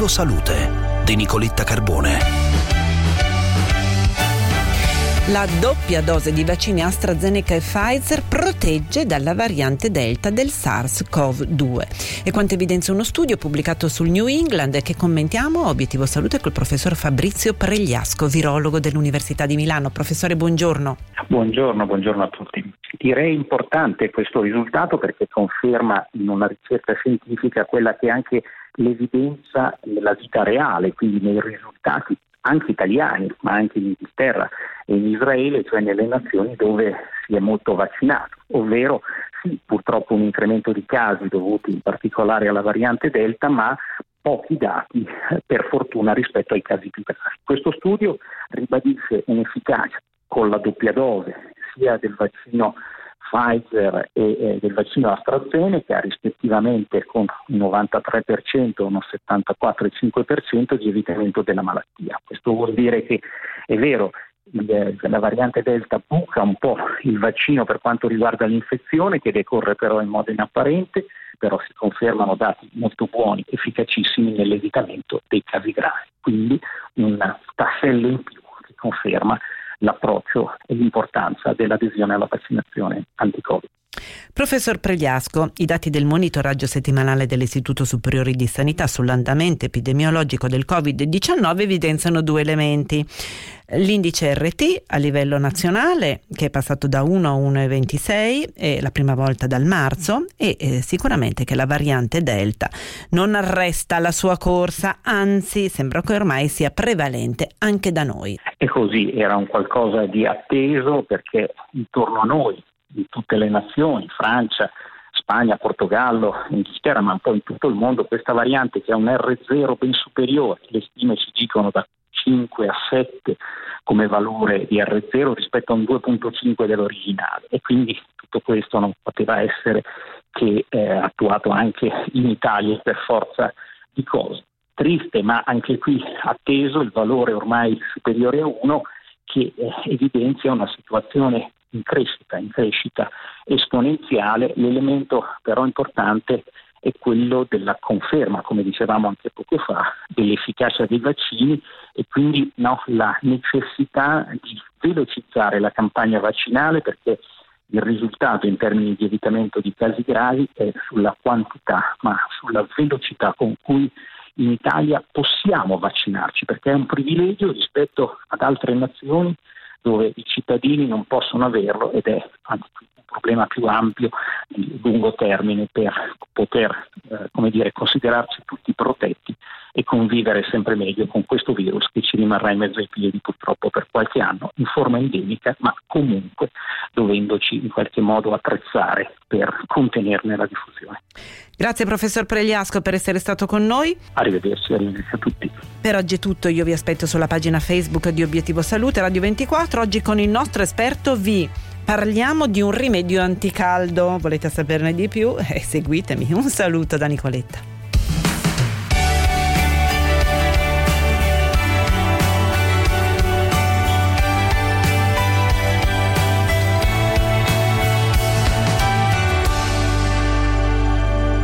Obiettivo Salute di Nicoletta Carbone. La doppia dose di vaccini AstraZeneca e Pfizer protegge dalla variante Delta del SARS-CoV-2. E quanto evidenzia uno studio pubblicato sul New England che commentiamo, Obiettivo Salute, col professor Fabrizio Pregliasco, virologo dell'Università di Milano. Professore, buongiorno. Buongiorno a tutti. Direi importante questo risultato perché conferma in una ricerca scientifica quella che è anche l'evidenza nella vita reale, quindi nei risultati anche italiani, ma anche in Inghilterra e in Israele, cioè nelle nazioni dove si è molto vaccinato, ovvero sì, purtroppo un incremento di casi dovuti in particolare alla variante Delta, ma pochi dati per fortuna rispetto ai casi più gravi. Questo studio ribadisce un'efficacia con la doppia dose sia del vaccino Pfizer e del vaccino AstraZeneca, rispettivamente con un 93%, uno 74,5% di evitamento della malattia. Questo vuol dire che è vero, la variante Delta buca un po' il vaccino per quanto riguarda l'infezione, che decorre però in modo inapparente, però si confermano dati molto buoni, efficacissimi nell'evitamento dei casi gravi. Quindi un tassello in più che conferma l'approccio e l'importanza dell'adesione alla vaccinazione anti-Covid. Professor Pregliasco, i dati del monitoraggio settimanale dell'Istituto Superiore di Sanità sull'andamento epidemiologico del Covid-19 evidenziano due elementi. L'indice RT a livello nazionale, che è passato da 1 a 1,26 la prima volta dal marzo, e sicuramente che la variante Delta non arresta la sua corsa, anzi sembra che ormai sia prevalente anche da noi. E così era un qualcosa di atteso perché intorno a noi, in tutte le nazioni, Francia, Spagna, Portogallo, Inghilterra, ma un po' in tutto il mondo, questa variante che ha un R0 ben superiore, le stime ci dicono da 5 a 7 come valore di R0 rispetto a un 2,5 dell'originale, e quindi tutto questo non poteva essere che attuato anche in Italia per forza di cose. Triste, ma anche qui atteso il valore ormai superiore a 1 che evidenzia una situazione in crescita esponenziale. L'elemento però importante è quello della conferma, come dicevamo anche poco fa, dell'efficacia dei vaccini e quindi la necessità di velocizzare la campagna vaccinale, perché il risultato in termini di evitamento di casi gravi è sulla quantità, ma sulla velocità con cui in Italia possiamo vaccinarci, perché è un privilegio rispetto ad altre nazioni dove i cittadini non possono averlo, ed è anche un problema più ampio di lungo termine per poter considerarci tutti protetti e convivere sempre meglio con questo virus che ci rimarrà in mezzo ai piedi purtroppo per qualche anno in forma endemica, ma comunque dovendoci in qualche modo attrezzare per contenerne la diffusione. Grazie professor Pregliasco per essere stato con noi. Arrivederci a tutti. Per oggi è tutto, io vi aspetto sulla pagina Facebook di Obiettivo Salute Radio 24. Oggi con il nostro esperto vi parliamo di un rimedio anticaldo. Volete saperne di più? Seguitemi. Un saluto da Nicoletta.